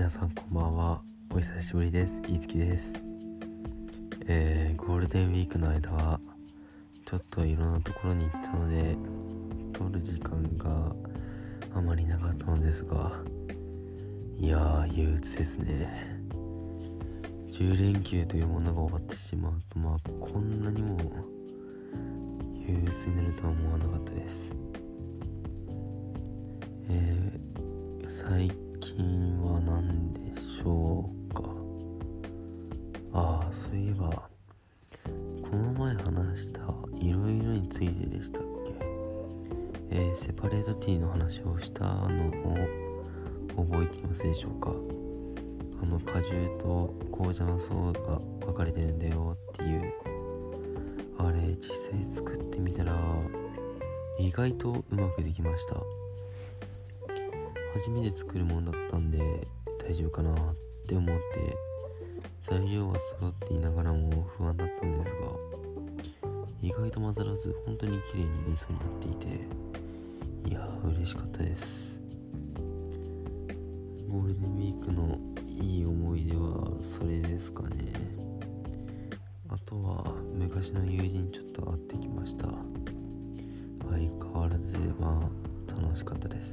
皆さんこんばんは。お久しぶりです。いつきです。ゴールデンウィークの間はちょっといろんなところに行ったので撮る時間があまりなかったのですが、いやー憂鬱ですね。10連休というものが終わってしまうとこんなにも憂鬱になるとは思わなかったです。最近は何でしょうか。そういえばこの前話したいろいろについてでしたっけ。セパレートティーの話をしたのを覚えていますでしょうか。果汁と紅茶の層が分かれてるんだよっていう、あれ実際作ってみたら意外とうまくできました。初めて作るものだったんで大丈夫かなって思って材料は揃っていながらも不安だったんですが、意外と混ざらず本当に綺麗に理想になっていて、いやー嬉しかったです。ゴールデンウィークのいい思い出はそれですかね。あとは昔の友人ちょっと会ってきました。相変わらず楽しかったです。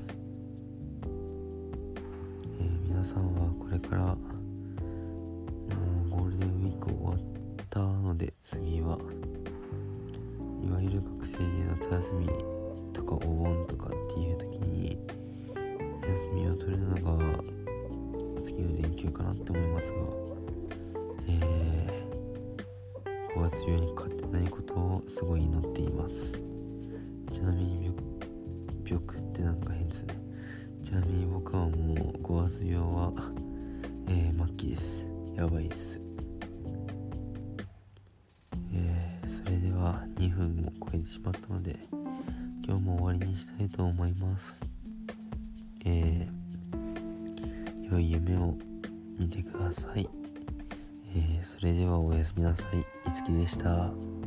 皆さんはこれからもうゴールデンウィーク終わったので、次はいわゆる学生で夏休みとかお盆とかっていう時に休みを取るのが次の連休かなって思いますが、5月病にかかってないことをすごい祈っています。ちなみに病ってなんか変ですね。ちなみに僕はもう5月病は、末期です。やばいです。それでは2分も超えてしまったので今日も終わりにしたいと思います。良い夢を見てください。それではおやすみなさい。いつきでした。